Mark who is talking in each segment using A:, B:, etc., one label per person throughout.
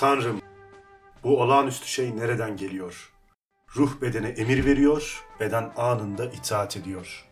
A: Tanrım, bu olağanüstü şey nereden geliyor? Ruh bedene emir veriyor, beden anında itaat ediyor.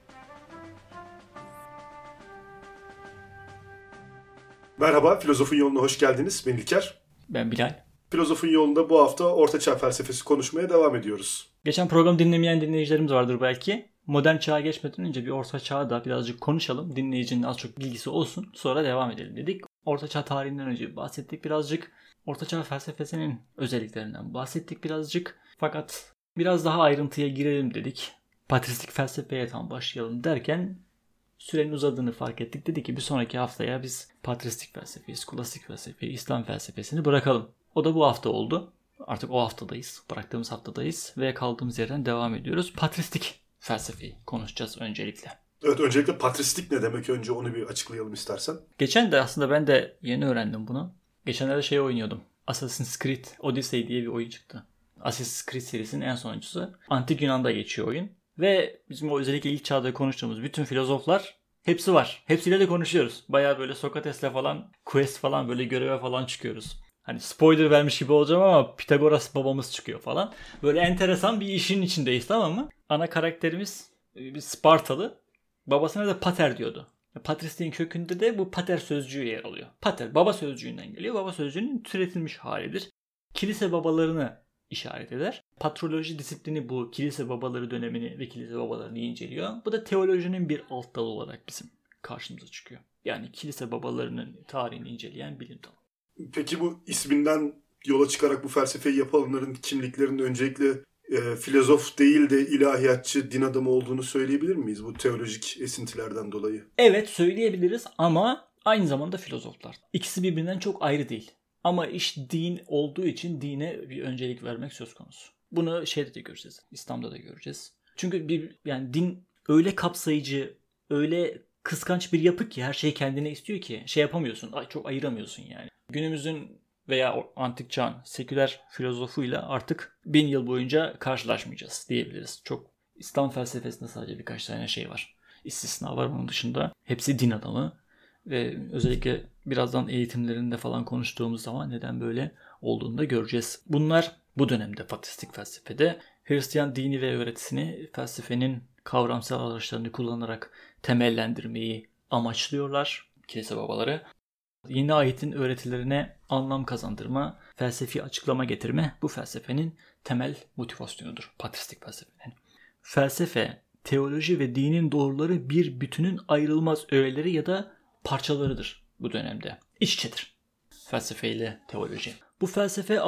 A: Merhaba, Filozofun Yolu'na hoş geldiniz. Ben İlker.
B: Ben Bilal.
A: Filozofun Yolu'nda bu hafta Ortaçağ felsefesi konuşmaya devam ediyoruz.
B: Geçen program dinlemeyen dinleyicilerimiz vardır belki. Modern çağa geçmeden önce bir Orta Çağ'ı da birazcık konuşalım. Dinleyicinin az çok bilgisi olsun. Sonra devam edelim dedik. Orta Çağ tarihinden önce bahsettik birazcık. Orta Çağ felsefesinin özelliklerinden bahsettik birazcık. Fakat biraz daha ayrıntıya girelim dedik. Patristik felsefeye tam başlayalım derken sürenin uzadığını fark ettik. Dedik ki bir sonraki haftaya biz patristik felsefeyi, skolastik felsefeyi, İslam felsefesini bırakalım. O da bu hafta oldu. Artık o haftadayız. Bıraktığımız haftadayız ve kaldığımız yerden devam ediyoruz. Patristik felsefeyi konuşacağız öncelikle.
A: Evet, öncelikle patristik ne demek? Önce onu bir açıklayalım istersen.
B: Geçen de aslında ben de yeni öğrendim bunu. Geçenlerde şey oynuyordum. Assassin's Creed Odyssey diye bir oyun çıktı. Assassin's Creed serisinin en sonuncusu. Antik Yunan'da geçiyor oyun. Ve bizim o özellikle ilk çağda konuştuğumuz bütün filozoflar hepsi var. Hepsiyle de konuşuyoruz. Bayağı böyle Sokrates'le falan, quest falan böyle göreve falan çıkıyoruz. Hani spoiler vermiş gibi olacağım ama Pitagoras babamız çıkıyor falan. Böyle enteresan bir işin içindeyiz, tamam mı? Ana karakterimiz bir Spartalı. Babasına da pater diyordu. Patrisliğin kökünde de bu pater sözcüğü yer alıyor. Pater baba sözcüğünden geliyor. Baba sözcüğünün türetilmiş halidir. Kilise babalarını işaret eder. Patroloji disiplini bu kilise babaları dönemini ve kilise babalarını inceliyor. Bu da teolojinin bir alt dalı olarak bizim karşımıza çıkıyor. Yani kilise babalarının tarihini inceleyen bilim dalı.
A: Peki bu isminden yola çıkarak bu felsefeyi yapanların kimliklerinin öncelikle filozof değil de ilahiyatçı, din adamı olduğunu söyleyebilir miyiz bu teolojik esintilerden dolayı?
B: Evet, söyleyebiliriz ama aynı zamanda filozoflar. İkisi birbirinden çok ayrı değil. Ama iş din olduğu için dine bir öncelik vermek söz konusu. Bunu şeyde de göreceğiz. İslam'da da göreceğiz. Çünkü yani din öyle kapsayıcı, öyle kıskanç bir yapı ki her şeyi kendine istiyor ki şey yapamıyorsun. Çok ayıramıyorsun yani. Günümüzün veya antik çağın seküler filozofuyla artık 1000 yıl boyunca karşılaşmayacağız diyebiliriz. Çok İslam felsefesinde sadece birkaç tane şey var. İstisna var, onun dışında hepsi din adamı. Ve özellikle birazdan eğitimlerinde falan konuştuğumuz zaman neden böyle olduğunu da göreceğiz. Bunlar bu dönemde patristik felsefede Hristiyan dini ve öğretisini felsefenin kavramsal araçlarını kullanarak temellendirmeyi amaçlıyorlar kilise babaları. Yeni ayetin öğretilerine anlam kazandırma, felsefi açıklama getirme bu felsefenin temel motivasyonudur patristik felsefenin. Felsefe, teoloji ve dinin doğruları bir bütünün ayrılmaz öğeleri ya da parçalarıdır bu dönemde. İç içedir felsefe ile teoloji. Bu felsefe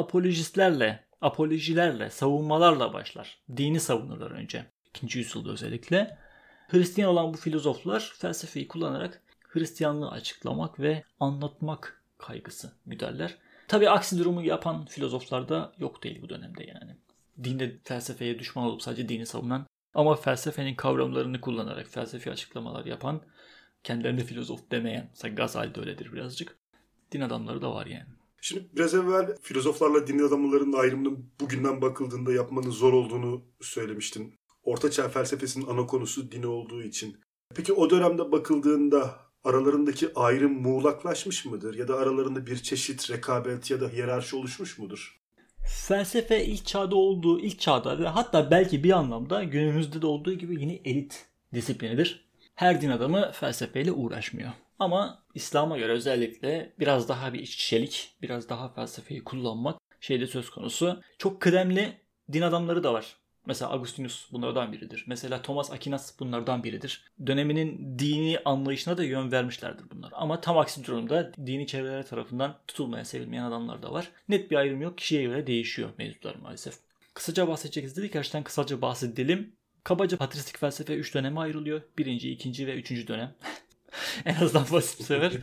B: apolojilerle, savunmalarla başlar. Dini savunurlar önce. 2. yüzyılda özellikle. Hristiyan olan bu filozoflar felsefeyi kullanarak Hristiyanlığı açıklamak ve anlatmak kaygısı güderler. Tabii aksi durumu yapan filozoflar da yok değil bu dönemde yani. Dinde felsefeye düşman olup sadece dini savunan ama felsefenin kavramlarını kullanarak felsefi açıklamalar yapan, kendilerine filozof demeyen, mesela Gazali de öyledir birazcık. Din adamları da var yani.
A: Şimdi biraz evvel filozoflarla din adamlarının ayrımının bugünden bakıldığında yapmanın zor olduğunu söylemiştin. Ortaçağ felsefesinin ana konusu din olduğu için. Peki o dönemde bakıldığında aralarındaki ayrım muğlaklaşmış mıdır? Ya da aralarında bir çeşit rekabet ya da hiyerarşi oluşmuş mudur?
B: Felsefe ilk çağda ve hatta belki bir anlamda günümüzde de olduğu gibi yine elit disiplinidir. Her din adamı felsefeyle uğraşmıyor. Ama İslam'a göre özellikle biraz daha bir iççilik, biraz daha felsefeyi kullanmak şeyde söz konusu. Çok kıdemli din adamları da var. Mesela Agustinus bunlardan biridir. Mesela Thomas Aquinas bunlardan biridir. Döneminin dini anlayışına da yön vermişlerdir bunlar. Ama tam aksi durumda dini çevreler tarafından tutulmaya, sevilmeyen adamlar da var. Net bir ayrım yok. Kişiye göre değişiyor mevzular maalesef. Kısaca bahsedeceğiz dedik. Gerçekten kısaca bahsedelim. Kabaca patristik felsefe 3 döneme ayrılıyor. 1., 2. ve 3. dönem. En azından basit bir sefer.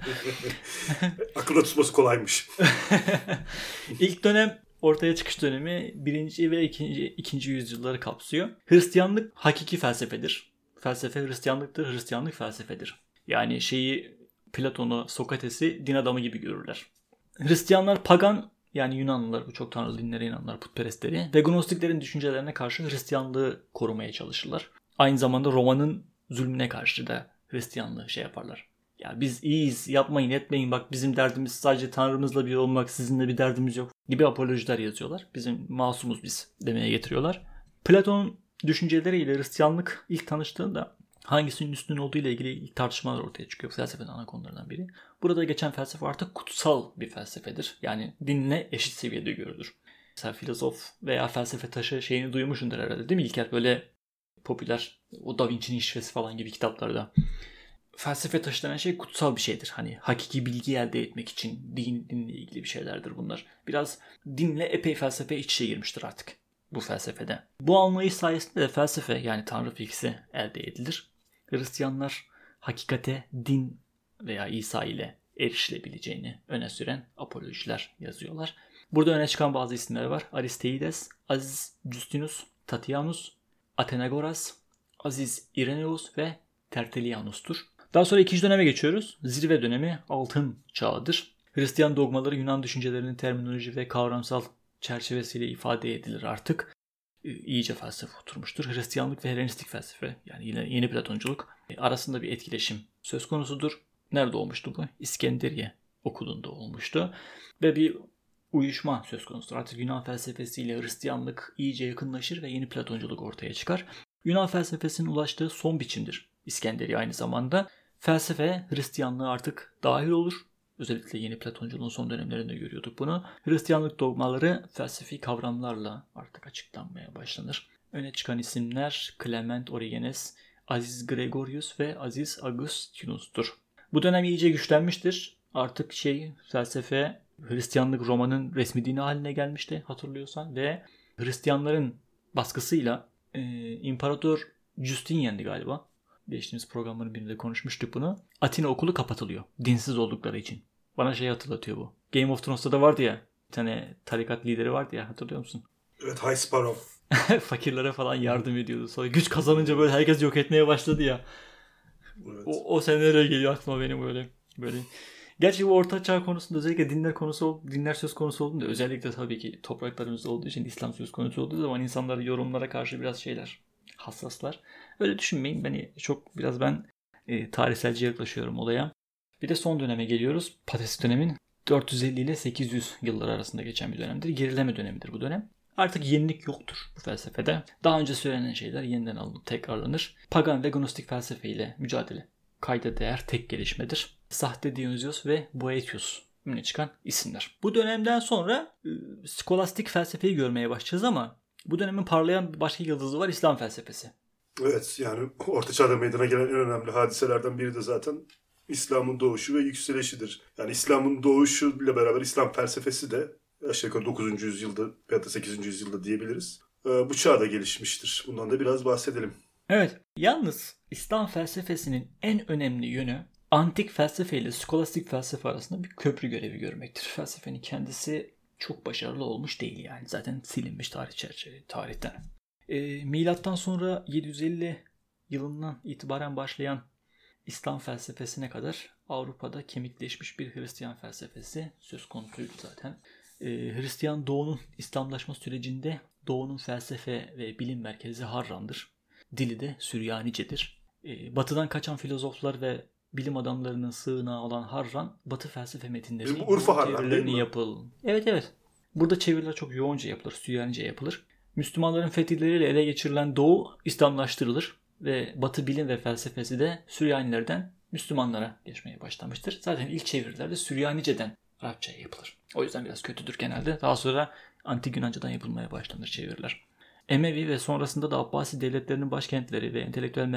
A: Akılda tutması kolaymış.
B: İlk dönem ortaya çıkış dönemi 1. ve 2. yüzyılları kapsıyor. Hristiyanlık hakiki felsefedir. Felsefe Hristiyanlıktır, Hristiyanlık felsefedir. Yani Platon'u, Sokrates'i din adamı gibi görürler. Hristiyanlar pagan, yani Yunanlılar, bu çok tanrılı dinlere inananlar, putperestleri ve Gnostiklerin düşüncelerine karşı Hristiyanlığı korumaya çalışırlar. Aynı zamanda Roma'nın zulmüne karşı da Hristiyanlığı yaparlar. Ya biz iyiyiz, yapmayın etmeyin, bak bizim derdimiz sadece Tanrımızla bir olmak, sizinle bir derdimiz yok gibi apolojiler yazıyorlar. Bizim masumuz biz demeye getiriyorlar. Platon'un düşünceleriyle Hristiyanlık ilk tanıştığında hangisinin üstün olduğu ile ilgili ilk tartışmalar ortaya çıkıyor. Felsefenin ana konularından biri. Burada geçen felsefe artık kutsal bir felsefedir. Yani dinle eşit seviyede görülür. Mesela filozof veya felsefe taşı şeyini duymuşsundur herhalde, değil mi İlker? Böyle popüler, o Da Vinci'nin şifresi falan gibi kitaplarda. Felsefe taşı denen şey kutsal bir şeydir. Hani hakiki bilgi elde etmek için dinle ilgili bir şeylerdir bunlar. Biraz dinle epey felsefe iç içe girmiştir artık bu felsefede. Bu anlayış sayesinde de felsefe, yani Tanrı fikri elde edilir. Hristiyanlar hakikate din veya İsa ile erişilebileceğini öne süren apolojiler yazıyorlar. Burada öne çıkan bazı isimler var. Aristeides, Aziz Justinus, Tatianus, Athenagoras, Aziz Irenaeus ve Tertullianus'tur. Daha sonra ikinci döneme geçiyoruz. Zirve dönemi altın çağıdır. Hristiyan dogmaları Yunan düşüncelerinin terminoloji ve kavramsal çerçevesiyle ifade edilir artık. İyice felsefe oturmuştur. Hristiyanlık ve Helenistik felsefe, yani yine yeni Platonculuk arasında bir etkileşim söz konusudur. Nerede olmuştu bu? İskenderiye okulunda olmuştu. Ve bir uyuşma söz konusudur. Artık Yunan felsefesiyle Hristiyanlık iyice yakınlaşır ve yeni Platonculuk ortaya çıkar. Yunan felsefesinin ulaştığı son biçimdir İskenderiye aynı zamanda. Felsefe Hristiyanlığa artık dahil olur. Özellikle yeni Platonculuğun son dönemlerinde görüyorduk bunu. Hristiyanlık dogmaları felsefi kavramlarla artık açıklanmaya başlanır. Öne çıkan isimler Clement Origenes, Aziz Gregorius ve Aziz Augustinus'tur. Bu dönem iyice güçlenmiştir. Artık felsefe Hristiyanlık Roma'nın resmi dini haline gelmişti hatırlıyorsan ve Hristiyanların baskısıyla İmparator Justinian'di galiba. Geçtiğimiz programların birinde konuşmuştuk bunu. Atina okulu kapatılıyor. Dinsiz oldukları için. Bana hatırlatıyor bu. Game of Thrones'ta da vardı ya. Bir tane tarikat lideri vardı ya, hatırlıyor musun?
A: Evet, High Sparrow.
B: Fakirlere falan yardım ediyordu. Sonra güç kazanınca böyle herkes yok etmeye başladı ya.
A: Evet.
B: O senelere geliyor aklıma benim böyle. Gerçi bu Orta Çağ konusunda özellikle dinler söz konusu olduğunda, özellikle tabii ki topraklarımızda olduğu için İslam söz konusu olduğu zaman insanlar yorumlara karşı biraz hassaslar. Öyle düşünmeyin. Ben tarihselci yaklaşıyorum olaya. Bir de son döneme geliyoruz. Patristik dönemin 450 ile 800 yılları arasında geçen bir dönemdir. Gerileme dönemidir bu dönem. Artık yenilik yoktur bu felsefede. Daha önce söylenen şeyler yeniden alınıp tekrarlanır. Pagan ve Gnostik felsefe ile mücadele kayda değer tek gelişmedir. Sahte Dionysios ve Boethius öne çıkan isimler. Bu dönemden sonra skolastik felsefeyi görmeye başlayacağız ama bu dönemin parlayan bir başka yıldızı var, İslam felsefesi.
A: Evet, yani Orta Çağ'da meydana gelen en önemli hadiselerden biri de zaten İslam'ın doğuşu ve yükselişidir. Yani İslam'ın doğuşuyla beraber İslam felsefesi de aşağı yukarı 9. yüzyılda ya da 8. yüzyılda diyebiliriz. Bu çağda gelişmiştir. Bundan da biraz bahsedelim.
B: Evet. Yalnız İslam felsefesinin en önemli yönü antik felsefe ile skolastik felsefe arasında bir köprü görevi görmektir. Felsefenin kendisi çok başarılı olmuş değil yani. Zaten silinmiş tarihten. Milattan sonra 750 yılından itibaren başlayan İslam felsefesine kadar Avrupa'da kemikleşmiş bir Hristiyan felsefesi söz konusuydu zaten. Hristiyan doğunun İslamlaşma sürecinde doğunun felsefe ve bilim merkezi Harran'dır. Dili de Süryanicedir. Batıdan kaçan filozoflar ve bilim adamlarının sığınağı olan Harran, Batı felsefe metinleri
A: Urfa Harran değil mi?
B: Evet. Burada çeviriler çok yoğunca yapılır, Süryanice yapılır. Müslümanların fetihleriyle ele geçirilen Doğu İslamlaştırılır ve Batı bilim ve felsefesi de Süryanilerden Müslümanlara geçmeye başlamıştır. Zaten ilk çeviriler de Süryanice'den Arapçaya yapılır. O yüzden biraz kötüdür genelde. Daha sonra Antik Yunancadan yapılmaya başlanır çeviriler. Emevi ve sonrasında da Abbasi devletlerinin başkentleri ve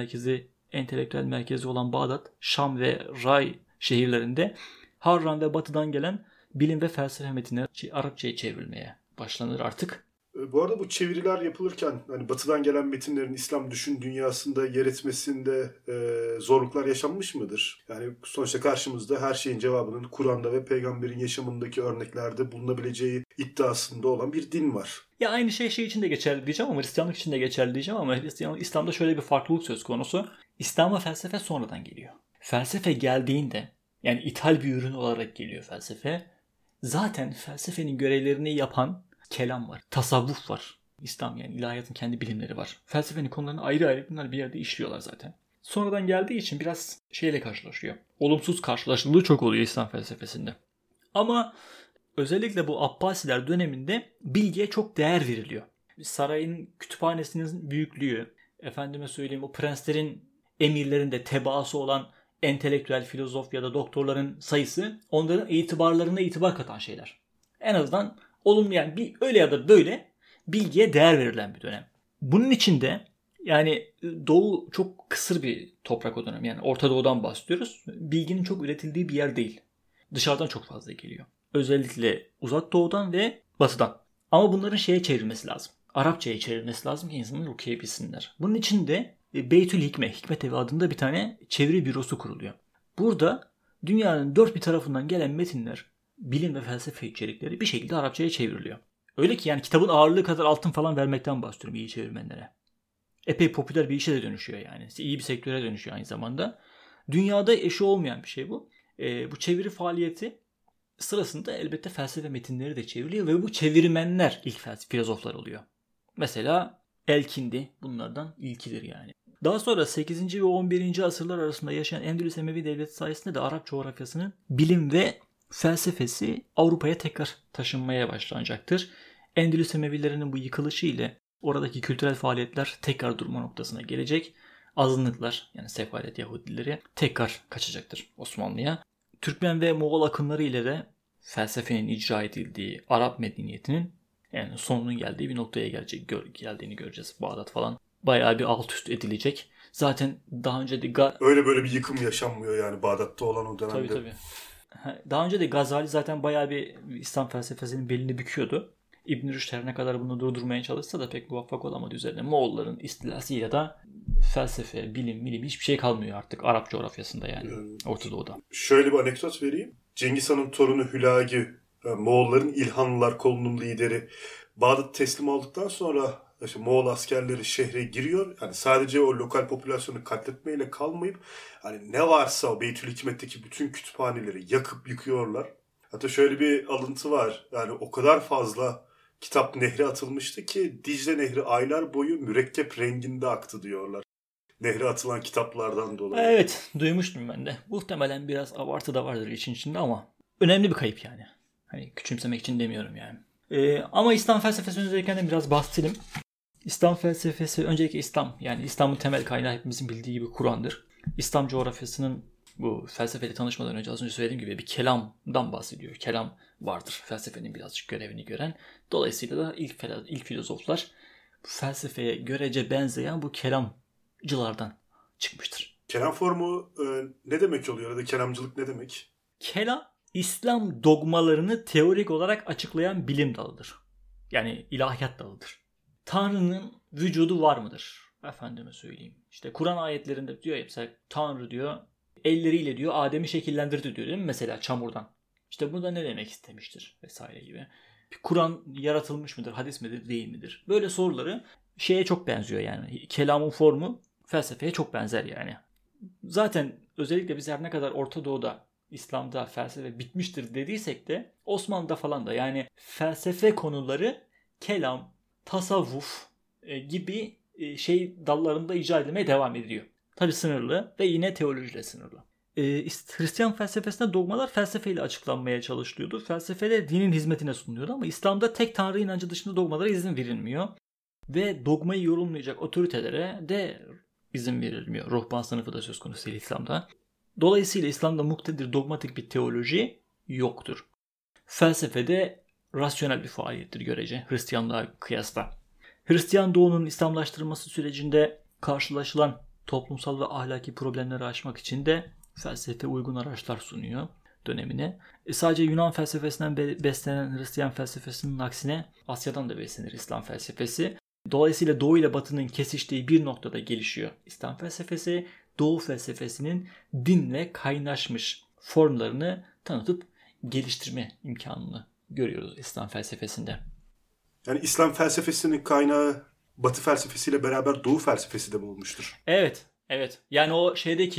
B: entelektüel merkezi olan Bağdat, Şam ve Ray şehirlerinde Harran ve Batı'dan gelen bilim ve felsefe metinleri Arapçaya çevrilmeye başlanır artık.
A: Bu arada bu çeviriler yapılırken hani Batı'dan gelen metinlerin İslam düşün dünyasında yer etmesinde zorluklar yaşanmış mıdır? Yani sonuçta karşımızda her şeyin cevabının Kur'an'da ve peygamberin yaşamındaki örneklerde bulunabileceği iddiasında olan bir din var.
B: Ya aynı şey için de geçerli diyeceğim ama Hristiyanlık için de geçerli diyeceğim ama İslam'da şöyle bir farklılık söz konusu. İslam'a felsefe sonradan geliyor. Felsefe geldiğinde, yani ithal bir ürün olarak geliyor felsefe. Zaten felsefenin görevlerini yapan kelam var, tasavvuf var. İslam, yani ilahiyatın kendi bilimleri var. Felsefenin konularını ayrı bunlar bir yerde işliyorlar zaten. sonradan geldiği için biraz şeyle karşılaşıyor. Olumsuz karşılaşıldığı çok oluyor İslam felsefesinde. Ama özellikle bu Abbasiler döneminde bilgiye çok değer veriliyor. Sarayın kütüphanesinin büyüklüğü, efendime söyleyeyim o prenslerin, emirlerin de tebaası olan entelektüel, filozof ya da doktorların sayısı onların itibarlarına itibar katan şeyler. En azından olumlu, yani öyle ya da böyle bilgiye değer verilen bir dönem. Bunun içinde yani Doğu çok kısır bir toprak o dönem. Yani Orta Doğu'dan bahsediyoruz. Bilginin çok üretildiği bir yer değil. Dışarıdan çok fazla geliyor. Özellikle Uzak Doğu'dan ve Batı'dan. Ama bunların şeye çevrilmesi lazım. Arapçaya çevrilmesi lazım ki insanlar okuyabilsinler. Bunun için de Beytül Hikme, Hikmet Evi adında bir tane çeviri bürosu kuruluyor. Burada dünyanın dört bir tarafından gelen metinler, bilim ve felsefe içerikleri bir şekilde Arapçaya çevriliyor. Öyle ki yani kitabın ağırlığı kadar altın falan vermekten bahsediyorum iyi çevirmenlere. Epey popüler bir işe de dönüşüyor yani. İyi bir sektöre dönüşüyor aynı zamanda. Dünyada eşi olmayan bir şey bu. Bu çeviri faaliyeti sırasında elbette felsefe metinleri de çevriliyor ve bu çevirmenler ilk filozoflar oluyor. Mesela Elkindi bunlardan ilkidir yani. Daha sonra 8. ve 11. asırlar arasında yaşayan Endülüs Emevi Devleti sayesinde de Arap coğrafyasının bilim ve felsefesi Avrupa'ya tekrar taşınmaya başlanacaktır. Endülüs Emevilerinin bu yıkılışı ile oradaki kültürel faaliyetler tekrar durma noktasına gelecek. Azınlıklar yani Sefalet Yahudileri tekrar kaçacaktır Osmanlı'ya. Türkmen ve Moğol akımları ile de felsefenin icra edildiği Arap medeniyetinin yani sonunun geldiği bir noktaya geldiğini göreceğiz. Bağdat falan bayağı bir alt üst edilecek. Zaten daha önce de
A: öyle böyle bir yıkım yaşanmıyor yani Bağdat'ta olan o dönemde.
B: Tabii. Daha önce de Gazali zaten bayağı bir İslam felsefesinin belini büküyordu. İbn Rüşd her ne kadar bunu durdurmaya çalışsa da pek muvaffak olamadı üzerine. Moğolların istilasıyla da felsefe, bilim hiçbir şey kalmıyor artık Arap coğrafyasında yani Orta Doğu'da.
A: Şöyle bir anekdot vereyim. Cengiz Han'ın torunu Hülagi, Moğolların İlhanlılar kolunun lideri, Bağdat'ı teslim aldıktan sonra işte Moğol askerleri şehre giriyor. Yani sadece o lokal popülasyonu katletmeyle kalmayıp hani ne varsa o Beytül Hikmet'teki bütün kütüphaneleri yakıp yıkıyorlar. Hatta şöyle bir alıntı var. Yani o kadar fazla kitap nehre atılmıştı ki Dicle Nehri aylar boyu mürekkep renginde aktı diyorlar. Nehre atılan kitaplardan dolayı.
B: Evet, duymuştum ben de. Muhtemelen biraz abartı da vardır işin içinde ama önemli bir kayıp yani. Hani küçümsemek için demiyorum yani. Ama İslam felsefesi üzerinden de biraz bahsedelim. İslam felsefesi öncelikle İslam. Yani İslam'ın temel kaynağı hepimizin bildiği gibi Kur'an'dır. İslam coğrafyasının bu felsefeyle tanışmadan önce az önce söylediğim gibi bir kelamdan bahsediyor. Kelam vardır felsefenin birazcık görevini gören. Dolayısıyla da ilk filozoflar felsefeye görece benzeyen bu kelamcılardan çıkmıştır.
A: Kelam formu ne demek oluyor ya da kelamcılık ne demek?
B: Kelam, İslam dogmalarını teorik olarak açıklayan bilim dalıdır. Yani ilahiyat dalıdır. Tanrı'nın vücudu var mıdır? Efendime söyleyeyim. İşte Kur'an ayetlerinde diyor ya mesela Tanrı diyor elleriyle diyor Adem'i şekillendirdi diyor değil mi? Mesela çamurdan. İşte burada ne demek istemiştir vesaire gibi. Kur'an yaratılmış mıdır? Hadis midir? Değil midir? Böyle soruları şeye çok benziyor yani. Kelamın formu felsefeye çok benzer yani. Zaten özellikle biz her ne kadar Orta Doğu'da İslam'da felsefe bitmiştir dediysek de Osmanlı'da falan da yani felsefe konuları kelam, tasavvuf gibi dallarında icra edilmeye devam ediyor. Tabi sınırlı ve yine teolojiyle sınırlı. Hristiyan felsefesinde dogmalar felsefeyle açıklanmaya çalışılıyordu. Felsefede dinin hizmetine sunuluyordu ama İslam'da tek tanrı inancı dışında dogmalara izin verilmiyor. Ve dogmayı yorumlayacak otoritelere de izin verilmiyor. Ruhban sınıfı da söz konusu değil İslam'da. Dolayısıyla İslam'da muktedir dogmatik bir teoloji yoktur. Felsefede rasyonel bir faaliyettir görece Hristiyanlığa kıyasla. Hristiyan doğunun İslamlaştırılması sürecinde karşılaşılan toplumsal ve ahlaki problemleri aşmak için de felsefe uygun araçlar sunuyor dönemine. Sadece Yunan felsefesinden beslenen Hristiyan felsefesinin aksine Asya'dan da beslenir İslam felsefesi. Dolayısıyla Doğu ile Batı'nın kesiştiği bir noktada gelişiyor İslam felsefesi. Doğu felsefesinin dinle kaynaşmış formlarını tanıtıp geliştirme imkanını görüyoruz İslam felsefesinde.
A: Yani İslam felsefesinin kaynağı Batı felsefesiyle beraber Doğu felsefesi de bulmuştur.
B: Evet. Yani o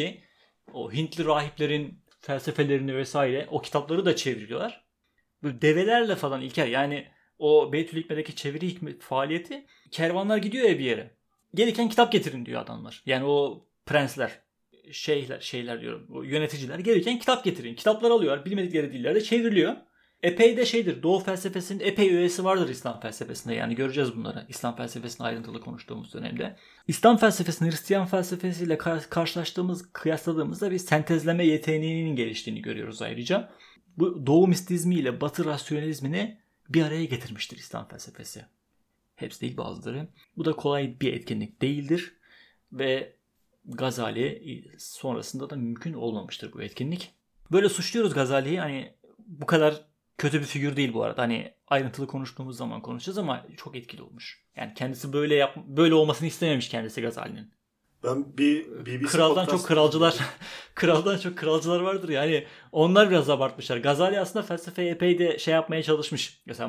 B: o Hintli rahiplerin felsefelerini vesaire o kitapları da çeviriyorlar. Böyle develerle falan İlker yani o Beytül Hikmet'teki çeviri faaliyeti kervanlar gidiyor ya bir yere. Gelirken kitap getirin diyor adamlar. Yani o prensler, şeyler diyorum, bu yöneticiler gelirken kitap getirin. Kitaplar alıyorlar. Bilmedikleri dillerde çevriliyor. Epey de şeydir. Doğu felsefesinin epey öğesi vardır İslam felsefesinde. Yani göreceğiz bunları. İslam felsefesini ayrıntılı konuştuğumuz dönemde. İslam felsefesini Hristiyan felsefesiyle kıyasladığımızda bir sentezleme yeteneğinin geliştiğini görüyoruz ayrıca. Bu Doğu mistizmi ile Batı rasyonalizmini bir araya getirmiştir İslam felsefesi. Hepsi değil, bazıları. Bu da kolay bir etkinlik değildir. Ve Gazali sonrasında da mümkün olmamıştır bu etkinlik. Böyle suçluyoruz Gazali'yi. Hani bu kadar kötü bir figür değil bu arada. Hani ayrıntılı konuştuğumuz zaman konuşacağız ama çok etkili olmuş. Yani kendisi böyle olmasını istememiş kendisi Gazali'nin.
A: Ben bir BBC
B: kraldan çok kralcılar vardır yani. Onlar biraz abartmışlar. Gazali aslında felsefeye epey de şey yapmaya çalışmış. Mesela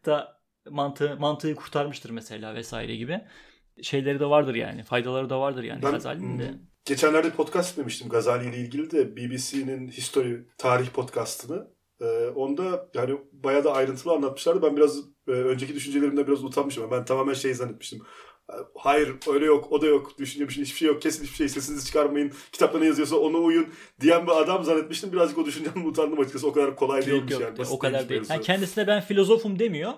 B: mantığı kurtarmıştır mesela vesaire gibi. Şeyleri de vardır yani. Faydaları da vardır yani Gazali'nin de.
A: Geçenlerde podcast dinlemiştim Gazali ile ilgili de, BBC'nin History tarih podcastını. Onda yani bayağı da ayrıntılı anlatmışlardı. Ben biraz önceki düşüncelerimden biraz utanmışım. Ben tamamen şey zannetmiştim. Hayır öyle yok, o da yok, düşünmemişim, hiçbir şey yok, kesin hiçbir şey, sesinizi çıkarmayın, kitapta ne yazıyorsa ona uyun diyen bir adam zannetmiştim. Birazcık o düşüncemden utandım açıkçası. O kadar kolay değilmiş
B: yok,
A: yani.
B: O kadar değil. Yani kendisine ben filozofum demiyor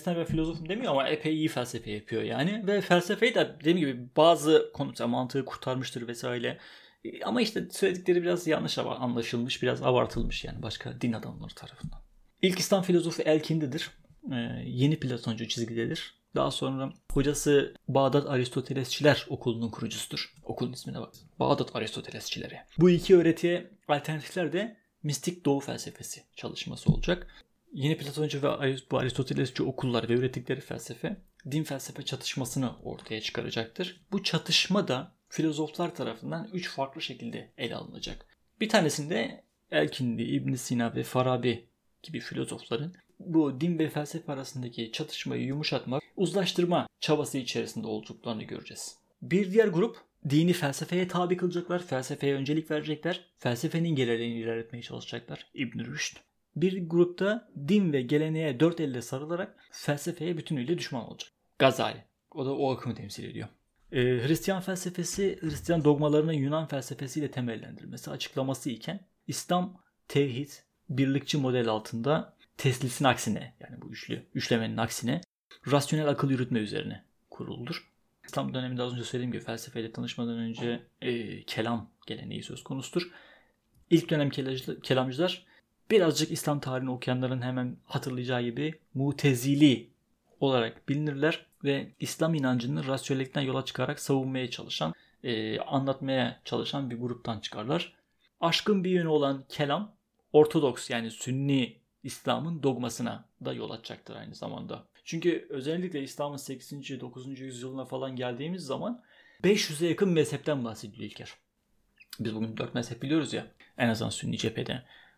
B: ama epey iyi felsefe yapıyor yani. Ve felsefeyi de dediğim gibi bazı konuda mantığı kurtarmıştır vesaire. Ama işte söyledikleri biraz yanlış anlaşılmış, biraz abartılmış yani başka din adamları tarafından. İlk İslam filozofu Elkindi'dir. Yeni Platoncu çizgidedir. Daha sonra hocası Bağdat Aristotelesçiler okulunun kurucusudur. Okulun ismine bak. Bağdat Aristotelesçileri. Bu iki öğretiye alternatifler de mistik doğu felsefesi çalışması olacak. Yeni Platoncu ve bu Aristotelesçi okullar ve ürettikleri felsefe din felsefe çatışmasını ortaya çıkaracaktır. Bu çatışma da filozoflar tarafından 3 farklı şekilde ele alınacak. Bir tanesinde Elkindi, İbn Sina ve Farabi gibi filozofların bu din ve felsefe arasındaki çatışmayı yumuşatmak, uzlaştırma çabası içerisinde olduklarını göreceğiz. Bir diğer grup dini felsefeye tabi kılacaklar, felsefeye öncelik verecekler, felsefenin geleneğini ilerletmeye çalışacaklar. İbn Rüşd. Bir grupta din ve geleneğe dört elle sarılarak felsefeye bütünüyle düşman olacak. Gazali. O da o akımı temsil ediyor. Hristiyan felsefesi, Hristiyan dogmalarının Yunan felsefesiyle temellendirilmesi açıklaması iken İslam tevhid, birlikçi model altında teslisin aksine, yani bu üçlemenin aksine rasyonel akıl yürütme üzerine kuruludur. İslam döneminde az önce söylediğim gibi felsefeyle tanışmadan önce kelam geleneği söz konusudur. İlk dönem kelamcılar birazcık İslam tarihini okuyanların hemen hatırlayacağı gibi Mutezili olarak bilinirler ve İslam inancını rasyonellikten yola çıkarak savunmaya çalışan, anlatmaya çalışan bir gruptan çıkarlar. Aşkın bir yönü olan kelam, Ortodoks yani Sünni İslam'ın dogmasına da yol açacaktır aynı zamanda. Çünkü özellikle İslam'ın 8. 9. yüzyılına falan geldiğimiz zaman 500'e yakın mezhepten bahsediyor İlker. Biz bugün 4 mezhep biliyoruz ya, en azından Sünni cephede.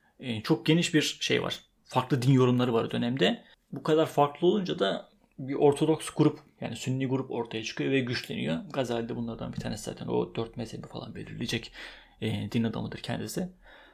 B: Çok geniş bir şey var. Farklı din yorumları var o dönemde. Bu kadar farklı olunca da bir Ortodoks grup, yani Sünni grup ortaya çıkıyor ve güçleniyor. Gazali de bunlardan bir tanesi zaten. O 4 mezhebi falan belirleyecek din adamıdır kendisi.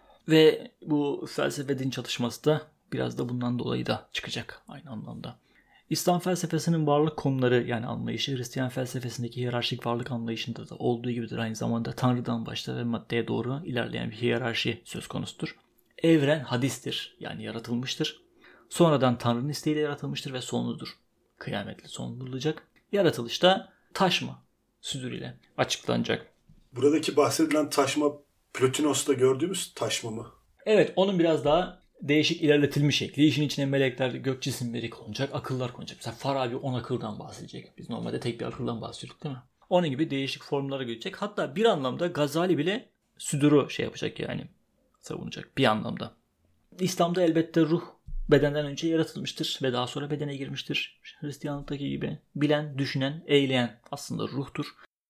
B: Ve bu felsefe din çatışması da biraz da bundan dolayı da çıkacak aynı anlamda. İslam felsefesinin varlık konuları yani anlayışı Hristiyan felsefesindeki hiyerarşik varlık anlayışında da olduğu gibidir. Aynı zamanda Tanrı'dan başlar ve maddeye doğru ilerleyen bir hiyerarşi söz konusudur. Evren hadistir, yani yaratılmıştır. Sonradan Tanrı'nın isteğiyle yaratılmıştır ve sonludur. Kıyametle son bulacak. Yaratılışta taşma südürüyle açıklanacak.
A: Buradaki bahsedilen taşma Plotinos'ta gördüğümüz taşma mı?
B: Evet, onun biraz daha değişik ilerletilmiş şekli. İşin içine melekler, gök cisimleri konacak, akıllar konacak. Mesela Farabi 10 akıldan bahsedecek. Biz normalde tek bir akıldan bahsediyorduk değil mi? Onun gibi değişik formlara görecek. Hatta bir anlamda Gazali bile südürü şey yapacak yani savunacak bir anlamda. İslam'da elbette ruh bedenden önce yaratılmıştır ve daha sonra bedene girmiştir. Hristiyanlıktaki gibi bilen, düşünen, eyleyen aslında ruhtur.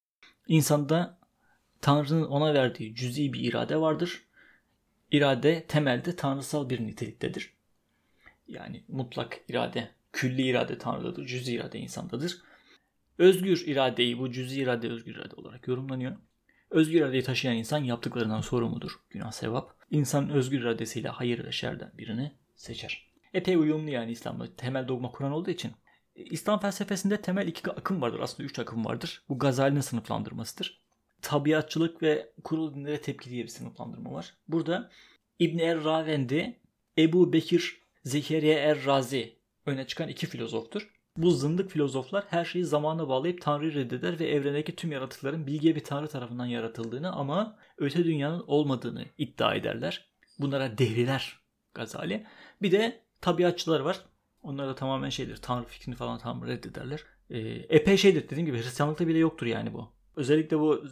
B: İnsanda Tanrı'nın ona verdiği cüz'i bir irade vardır. İrade temelde tanrısal bir niteliktedir. Yani mutlak irade, külli irade Tanrı'dadır, cüz'i irade insandadır. Özgür iradeyi, bu cüz'i irade özgür irade olarak yorumlanıyor. Özgür iradeyi taşıyan insan yaptıklarından sorumludur. Günah sevap. İnsanın özgür iradesiyle hayır ve şerden birini seçer. Epey uyumlu yani İslam'da temel dogma Kur'an olduğu için. İslam felsefesinde temel 2 akım vardır. Aslında 3 akım vardır. Bu Gazali'nin sınıflandırmasıdır. tabiatçılık ve kurulu dinlere tepki diye bir sınıflandırma var. Burada İbn er-Ravendi, Ebu Bekir Zekeriya er-Razi öne çıkan iki filozoftur. Bu zındık filozoflar her şeyi zamana bağlayıp Tanrı'yı reddeder ve evrendeki tüm yaratıkların bilge bir Tanrı tarafından yaratıldığını ama öte dünyanın olmadığını iddia ederler. Bunlara dehriler Gazali. Bir de tabiatçılar var. Onlar da tamamen Tanrı fikrini falan tam reddederler. Epey dediğim gibi Hristiyanlıkta bile yoktur yani bu. Özellikle bu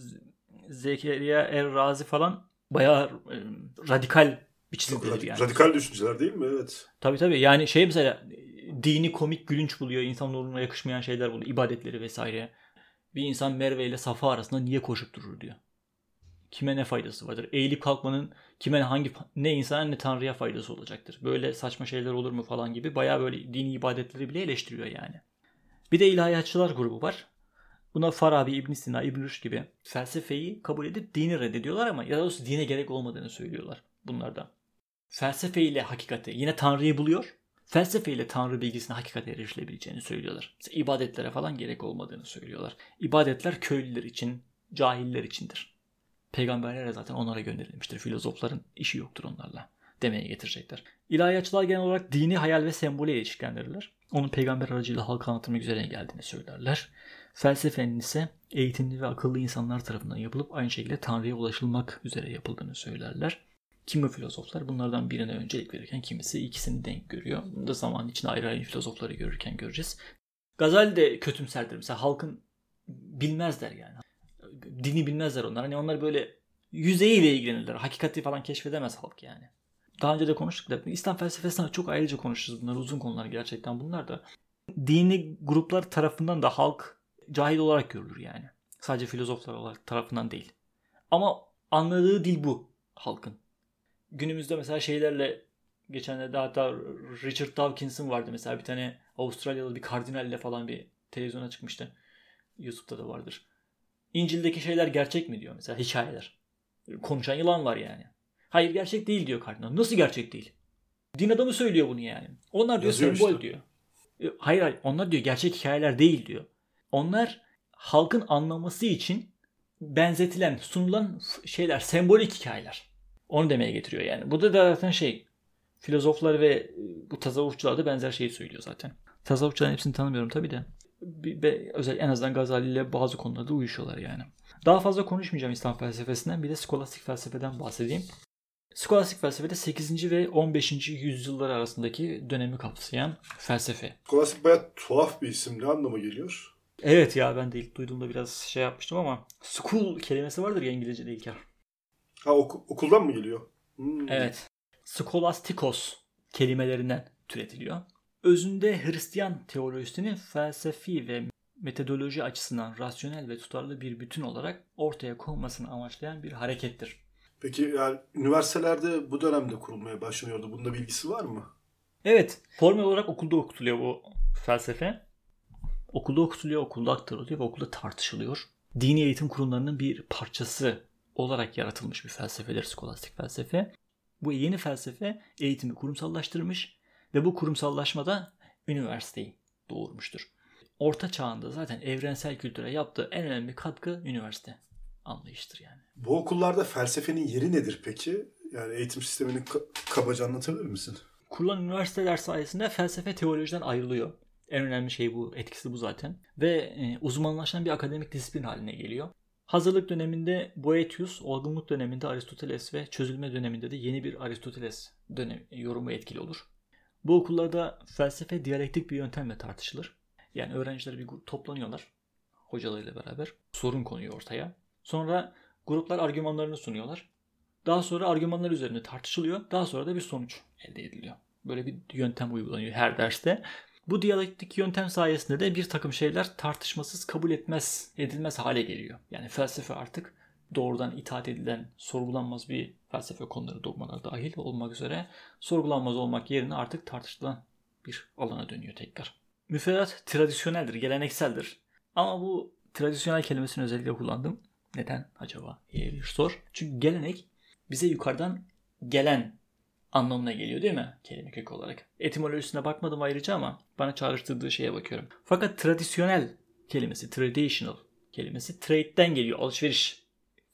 B: Zekeriya er-Razi falan bayağı radikal bir çizgidir yani.
A: Radikal düşünceler değil mi? Evet.
B: Tabii. Yani mesela dini komik gülünç buluyor. İnsanoğluna yakışmayan şeyler buluyor. İbadetleri vesaire. Bir insan Merve ile Safa arasında niye koşup durur diyor. Kime ne faydası vardır? Eğilip kalkmanın kime ne insana ne Tanrı'ya faydası olacaktır. Böyle saçma şeyler olur mu falan gibi bayağı böyle dini ibadetleri bile eleştiriyor yani. Bir de ilahiyatçılar grubu var. Buna Farabi, İbn Sina, İbn Rüşd gibi felsefeyi kabul edip dini reddediyorlar ama ya da doğrusu dine gerek olmadığını söylüyorlar bunlardan. Felsefeyle hakikati yine Tanrı'yı buluyor. Felsefeyle Tanrı bilgisine hakikate erişilebileceğini söylüyorlar. Mesela ibadetlere falan gerek olmadığını söylüyorlar. İbadetler köylüler için, cahiller içindir. Peygamberlere zaten onlara gönderilmiştir. Filozofların işi yoktur onlarla demeye getirecekler. İlahiyatçılar genel olarak dini hayal ve sembole ilişkilendirirler. Onun peygamber aracıyla halka anlatılmak üzere geldiğini söylerler. Felsefenin ise eğitimli ve akıllı insanlar tarafından yapılıp aynı şekilde Tanrı'ya ulaşılmak üzere yapıldığını söylerler. Kimi filozoflar bunlardan birine öncelik verirken kimisi ikisini denk görüyor. Bunu da zaman içinde ayrı ayrı filozofları görürken göreceğiz. Gazali de kötümserdir. Mesela halkın bilmezler yani. Dini bilmezler onlar. Hani onlar böyle yüzeyiyle ilgilenirler. Hakikati falan keşfedemez halk yani. Daha önce de konuştuk da İslam felsefesinden çok ayrıca konuşacağız. Bunlar uzun konular gerçekten bunlar da. Dini gruplar tarafından da halk cahil olarak görülür yani. Sadece filozoflar olarak tarafından değil. Ama anladığı dil bu halkın. Günümüzde mesela şeylerle geçenlerde hatta Richard Dawkins'in vardı mesela bir tane Avustralyalı bir kardinalle falan bir televizyona çıkmıştı. YouTube'da da vardır. İncil'deki şeyler gerçek mi diyor mesela hikayeler. Konuşan yılan var yani. Hayır gerçek değil diyor kardinal. Nasıl gerçek değil? Din adamı söylüyor bunu yani. Onlar diyor
A: yazıyor
B: sembol
A: işte
B: diyor. Hayır onlar diyor gerçek hikayeler değil diyor. Onlar halkın anlaması için benzetilen, sunulan şeyler, sembolik hikayeler. Onu demeye getiriyor yani. Bu da zaten filozoflar ve bu tasavvufçular da benzer şeyi söylüyor zaten. Tasavvufçuların hepsini tanımıyorum tabii de. En azından Gazali ile bazı konularda uyuşuyorlar yani. Daha fazla konuşmayacağım İslam felsefesinden. Bir de skolastik felsefeden bahsedeyim. Skolastik felsefede 8. ve 15. yüzyıllar arasındaki dönemi kapsayan felsefe.
A: Skolastik bayağı tuhaf bir isim. Ne anlama geliyor?
B: Evet ya ben de ilk duyduğumda biraz yapmıştım ama school kelimesi vardır ya İngilizce'de İlker.
A: Ha okuldan mı geliyor?
B: Evet. Skolastikos kelimelerinden türetiliyor. Özünde Hristiyan teolojisini felsefi ve metodoloji açısından rasyonel ve tutarlı bir bütün olarak ortaya konmasını amaçlayan bir harekettir.
A: Peki yani üniversitelerde bu dönemde kurulmaya başlanıyordu. Bunda bilgisi var mı?
B: Evet. Formel olarak okulda okutuluyor bu felsefe. Okulda okutuluyor, okulda aktarılıyor ve okulda tartışılıyor. Dini eğitim kurumlarının bir parçası olarak yaratılmış bir felsefedir skolastik felsefe. Bu yeni felsefe eğitimi kurumsallaştırmış ve bu kurumsallaşmada üniversiteyi doğurmuştur. Orta çağında zaten evrensel kültüre yaptığı en önemli katkı üniversite anlayıştır yani.
A: Bu okullarda felsefenin yeri nedir peki? Yani eğitim sistemini kabaca anlatabilir misin?
B: Kurulan üniversiteler sayesinde felsefe teolojiden ayrılıyor. En önemli şey bu, etkisi bu zaten. Ve uzmanlaşan bir akademik disiplin haline geliyor. Hazırlık döneminde Boethius, olgunluk döneminde Aristoteles ve çözülme döneminde de yeni bir Aristoteles yorumu etkili olur. Bu okullarda felsefe diyalektik bir yöntemle tartışılır. Yani öğrenciler bir grup toplanıyorlar hocalarıyla beraber. Sorun konuyor ortaya. Sonra gruplar argümanlarını sunuyorlar. Daha sonra argümanlar üzerine tartışılıyor. Daha sonra da bir sonuç elde ediliyor. Böyle bir yöntem uygulanıyor her derste. Bu diyalektik yöntem sayesinde de bir takım şeyler tartışmasız kabul edilmez hale geliyor. Yani felsefe artık doğrudan itaat edilen, sorgulanmaz bir felsefe konuları, dogmalar dahil olmak üzere sorgulanmaz olmak yerine artık tartışılan bir alana dönüyor tekrar. Müfredat tradisyoneldir, gelenekseldir. Ama bu tradisyonel kelimesini özellikle kullandım. Neden acaba diye bir sor. Çünkü gelenek bize yukarıdan gelen anlamına geliyor değil mi? Kelime kök olarak. Etimolojisine bakmadım ayrıca ama bana çağrıştırdığı şeye bakıyorum. Fakat tradisyonel kelimesi, traditional kelimesi trade'den geliyor. Alışveriş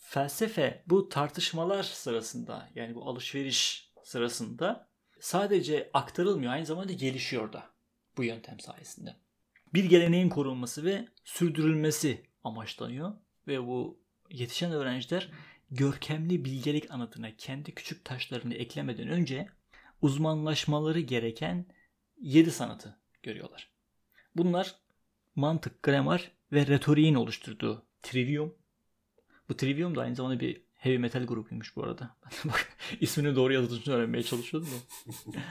B: felsefe bu tartışmalar sırasında, yani bu alışveriş sırasında sadece aktarılmıyor, aynı zamanda gelişiyor da bu yöntem sayesinde. Bir geleneğin korunması ve sürdürülmesi amaçlanıyor ve bu yetişen öğrenciler görkemli bilgelik anıtına kendi küçük taşlarını eklemeden önce uzmanlaşmaları gereken 7 sanatı görüyorlar. Bunlar mantık, gramer ve retoriğin oluşturduğu trivium. Bu trivium da aynı zamanda bir heavy metal grubuymuş bu arada. Bak, ismini doğru yazdığını öğrenmeye çalışıyordum da.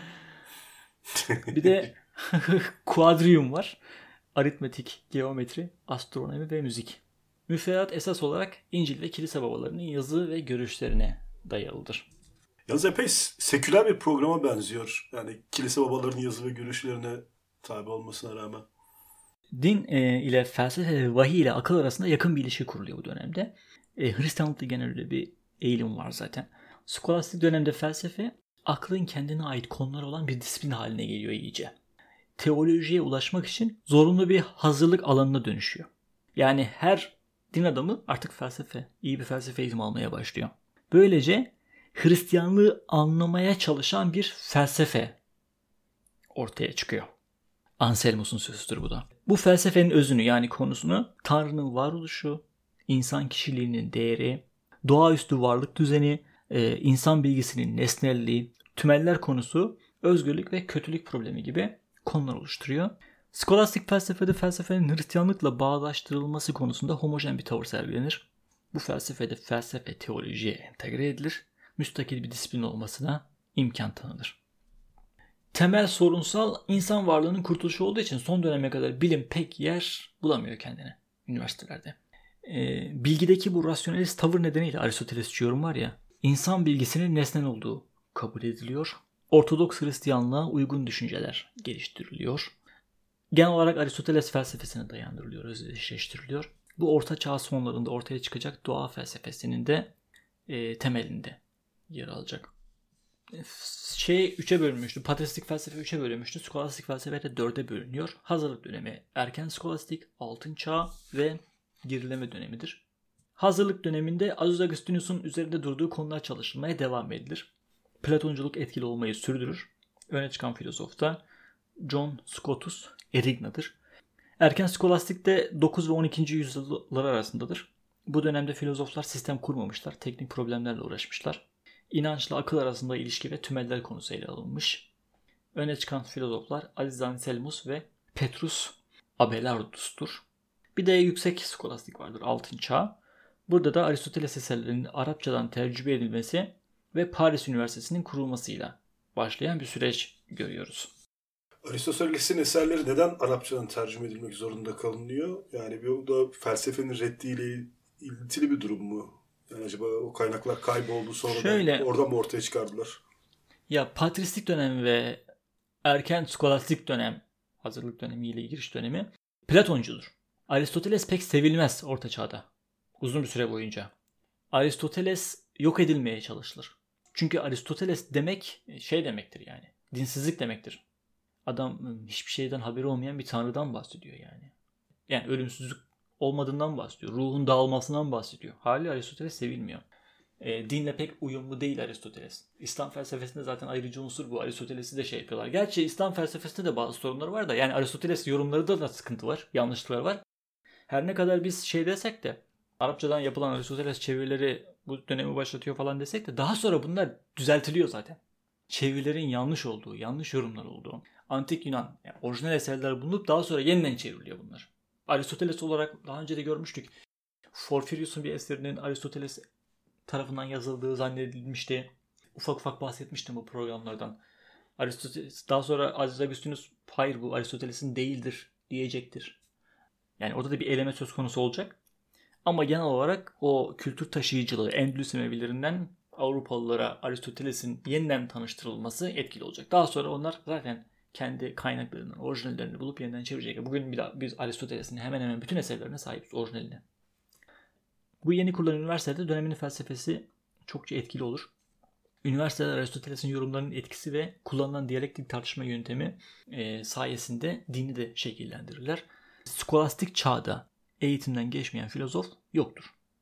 B: Bir de quadrium var. Aritmetik, geometri, astronomi ve müzik. Müfredat esas olarak İncil ve kilise babalarının yazı ve görüşlerine dayalıdır.
A: Yalnız epey seküler bir programa benziyor. Yani kilise babalarının yazı ve görüşlerine tabi olmasına rağmen.
B: Din ile felsefe ve vahiy ile akıl arasında yakın bir ilişki kuruluyor bu dönemde. Hristiyanlıkta genelde bir eğilim var zaten. Skolastik dönemde felsefe aklın kendine ait konuları olan bir disiplin haline geliyor iyice. Teolojiye ulaşmak için zorunlu bir hazırlık alanına dönüşüyor. Yani her din adamı artık iyi bir felsefe eğitimi almaya başlıyor. Böylece Hristiyanlığı anlamaya çalışan bir felsefe ortaya çıkıyor. Anselmus'un sözüdür bu da. Bu felsefenin özünü, yani konusunu Tanrı'nın varoluşu, insan kişiliğinin değeri, doğaüstü varlık düzeni, insan bilgisinin nesnelliği, tümeller konusu, özgürlük ve kötülük problemi gibi konular oluşturuyor. Skolastik felsefede felsefenin Hristiyanlıkla bağdaştırılması konusunda homojen bir tavır sergilenir. Bu felsefede felsefe teolojiye entegre edilir. Müstakil bir disiplin olmasına imkan tanınır. Temel sorunsal insan varlığının kurtuluşu olduğu için son döneme kadar bilim pek yer bulamıyor kendine üniversitelerde. Bilgideki bu rasyonelist tavır nedeniyle Aristotelesçi yorum var ya, insan bilgisinin nesnel olduğu kabul ediliyor. Ortodoks Hristiyanlığa uygun düşünceler geliştiriliyor. Genel olarak Aristoteles felsefesine dayandırılıyor, özdeşleştiriliyor. Bu Orta Çağ sonlarında ortaya çıkacak doğa felsefesinin de temelinde yer alacak. 3'e bölünmüştü. Patristik felsefe 3'e bölünmüştü. Skolastik felsefe de 4'e bölünüyor. Hazırlık dönemi erken skolastik, altın çağ ve gerileme dönemidir. Hazırlık döneminde Aziz Agustinus'un üzerinde durduğu konular çalışılmaya devam edilir. Platonculuk etkili olmayı sürdürür. Öne çıkan filozof da John Scotus Erigna'dır. Erken skolastik de 9 ve 12. yüzyıllar arasındadır. Bu dönemde filozoflar sistem kurmamışlar, teknik problemlerle uğraşmışlar. İnançla akıl arasında ilişki ve tümeller konusu ele alınmış. Öne çıkan filozoflar Aziz Anselmus ve Petrus Abelardus'tur. Bir de yüksek skolastik vardır, altın çağ. Burada da Aristoteles eserlerinin Arapçadan tercüme edilmesi ve Paris Üniversitesi'nin kurulmasıyla başlayan bir süreç görüyoruz.
A: Aristoteles'in eserleri neden Arapçadan tercüme edilmek zorunda kalınıyor? Yani bu da felsefenin reddiyle ilintili bir durum mu? Yani acaba o kaynaklar kayboldu sonra oradan mı ortaya çıkardılar?
B: Ya patristik dönem ve erken skolastik dönem, hazırlık dönemiyle giriş dönemi Platoncudur. Aristoteles pek sevilmez Orta Çağ'da uzun bir süre boyunca. Aristoteles yok edilmeye çalışılır. Çünkü Aristoteles demek demektir yani. Dinsizlik demektir. Adam hiçbir şeyden haberi olmayan bir tanrıdan bahsediyor yani. Yani ölümsüzlük olmadığından bahsediyor. Ruhun dağılmasından bahsediyor. Hali Aristoteles sevilmiyor. Dinle pek uyumlu değil Aristoteles. İslam felsefesinde zaten ayrıcı unsur bu. Aristoteles'i de yapıyorlar. Gerçi İslam felsefesinde de bazı sorunlar var da yani Aristoteles yorumlarında da sıkıntı var. Yanlışlıklar var. Her ne kadar biz desek de Arapçadan yapılan Aristoteles çevirileri bu dönemi başlatıyor falan desek de daha sonra bunlar düzeltiliyor zaten. Çevirilerin yanlış olduğu, yanlış yorumlar olduğu. Antik Yunan, yani orijinal eserler bulunup daha sonra yeniden çevriliyor bunlar. Aristoteles olarak daha önce de görmüştük. Porphyrius'un bir eserinin Aristoteles tarafından yazıldığı zannedilmişti. Ufak ufak bahsetmiştim bu programlardan. Aristoteles daha sonra Aziz Agustinus hayır bu Aristoteles'in değildir diyecektir. Yani orada da bir eleme söz konusu olacak. Ama genel olarak o kültür taşıyıcılığı Endülüs Emevilerinden Avrupalılara Aristoteles'in yeniden tanıştırılması etkili olacak. Daha sonra onlar zaten kendi kaynaklarından orijinallerini bulup yeniden çevirecek. Bugün biz Aristoteles'in hemen hemen bütün eserlerine sahibiz orijinaline. Bu yeni kurulan üniversitede dönemin felsefesi çokça etkili olur. Üniversiteler Aristoteles'in yorumlarının etkisi ve kullanılan diyalektik tartışma yöntemi sayesinde dini de şekillendirirler. Skolastik çağda eğitimden geçmeyen filozof yoktur.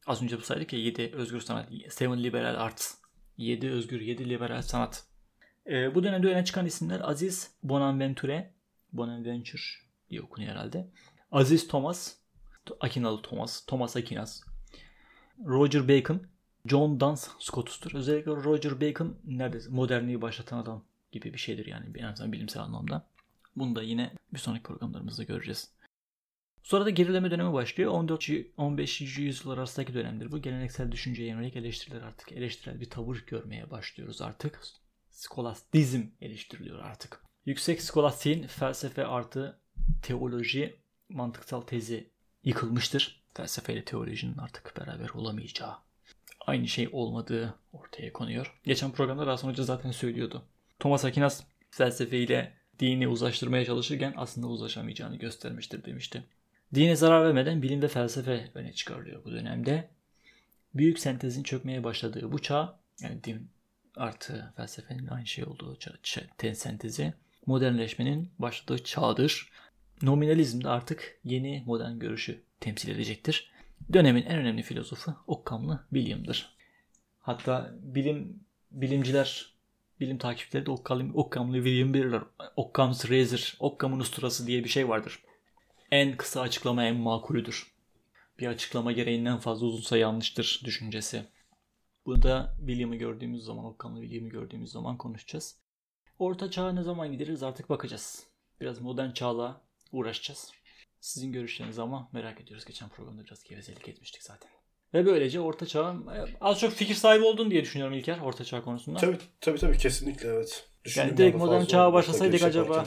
B: Az önce bu saydık ya 7 özgür sanat. 7 liberal arts. 7 özgür, 7 liberal sanat. Bu dönemde öne çıkan isimler Aziz Bonaventure. Bonaventure diye okunuyor herhalde. Aziz Thomas. Akinalı Thomas. Thomas Aquinas. Roger Bacon. John Duns Scotus'tur. Özellikle Roger Bacon neredeyse modernliği başlatan adam gibi bir şeydir yani. En azından bilimsel anlamda. Bunu da yine bir sonraki programlarımızda göreceğiz. Sonra da gerileme dönemi başlıyor. 14-15. yüzyıllar arasındaki dönemdir. Bu geleneksel düşünceye yönelik eleştiriler artık. Eleştirel bir tavır görmeye başlıyoruz artık. Skolastizm eleştiriliyor artık. Yüksek skolastiğin felsefe artı teoloji mantıksal tezi yıkılmıştır. Felsefe ile teolojinin artık beraber olamayacağı, aynı şey olmadığı ortaya konuyor. Geçen programda Rasim Hoca zaten söylüyordu. Thomas Aquinas felsefe ile dini uzlaştırmaya çalışırken aslında uzlaşamayacağını göstermiştir demişti. Dine zarar vermeden bilim ve felsefe öne çıkarılıyor bu dönemde. Büyük sentezin çökmeye başladığı bu çağ, yani din artı felsefenin aynı şey olduğu sentezi, modernleşmenin başladığı çağdır. Nominalizm de artık yeni modern görüşü temsil edecektir. Dönemin en önemli filozofu Occam'lı William'dır. Hatta bilimciler, bilim takipçileri de Occam'lı William bilirler. Occam's Razor, Occam'ın usturası diye bir şey vardır. En kısa açıklama en makulüdür. Bir açıklama gereğinden fazla uzunsa yanlıştır düşüncesi. Bunu da William'ı gördüğümüz zaman, Occam'lı William'ı gördüğümüz zaman konuşacağız. Orta çağa ne zaman gideriz artık bakacağız. Biraz modern çağla uğraşacağız. Sizin görüşlerinizi ama merak ediyoruz. Geçen programda biraz gevezelik etmiştik zaten. Ve böylece Orta Çağ'a az çok fikir sahibi oldun diye düşünüyorum İlker Orta Çağ konusunda.
A: Tabii kesinlikle evet.
B: Yani direkt modern çağa başlasaydık acaba.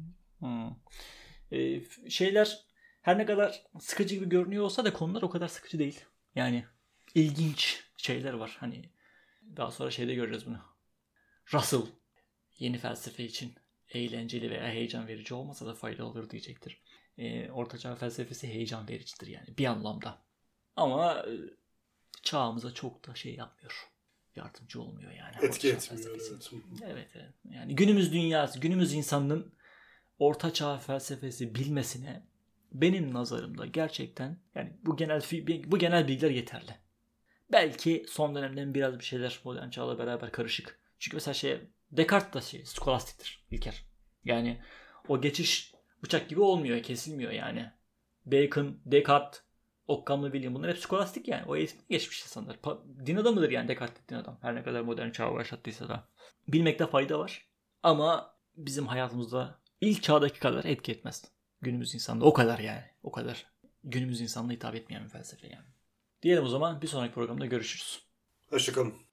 B: Şeyler her ne kadar sıkıcı gibi görünüyor olsa da konular o kadar sıkıcı değil. Yani ilginç şeyler var. Hani daha sonra şeyde göreceğiz bunu. Russell yeni felsefe için eğlenceli veya heyecan verici olmasa da faydalı olur diyecektir. Ortaçağ felsefesi heyecan vericidir yani bir anlamda. Ama çağımıza çok da şey yapmıyor. Yardımcı olmuyor yani.
A: Etki etmiyor.
B: Evet. Yani günümüz dünyası, günümüz insanının Ortaçağ felsefesi bilmesine benim nazarımda gerçekten yani bu genel bilgiler yeterli. Belki son dönemden biraz bir şeyler modern çağla beraber karışık. Çünkü mesela Descartes da skolastiktir İlker. Yani o geçiş bıçak gibi olmuyor, kesilmiyor yani. Bacon, Descartes, Occam'lı William bunlar hep skolastik yani. O eğitimden geçmiş insanlar. Din adamıdır yani Descartes din adam. Her ne kadar modern çağı başlattıysa da. Bilmekte fayda var. Ama bizim hayatımızda ilk çağdaki kadar etki etmez. Günümüz insanında o kadar yani. O kadar günümüz insanına hitap etmeyen bir felsefe yani. Diyelim o zaman bir sonraki programda görüşürüz.
A: Hoşçakalın.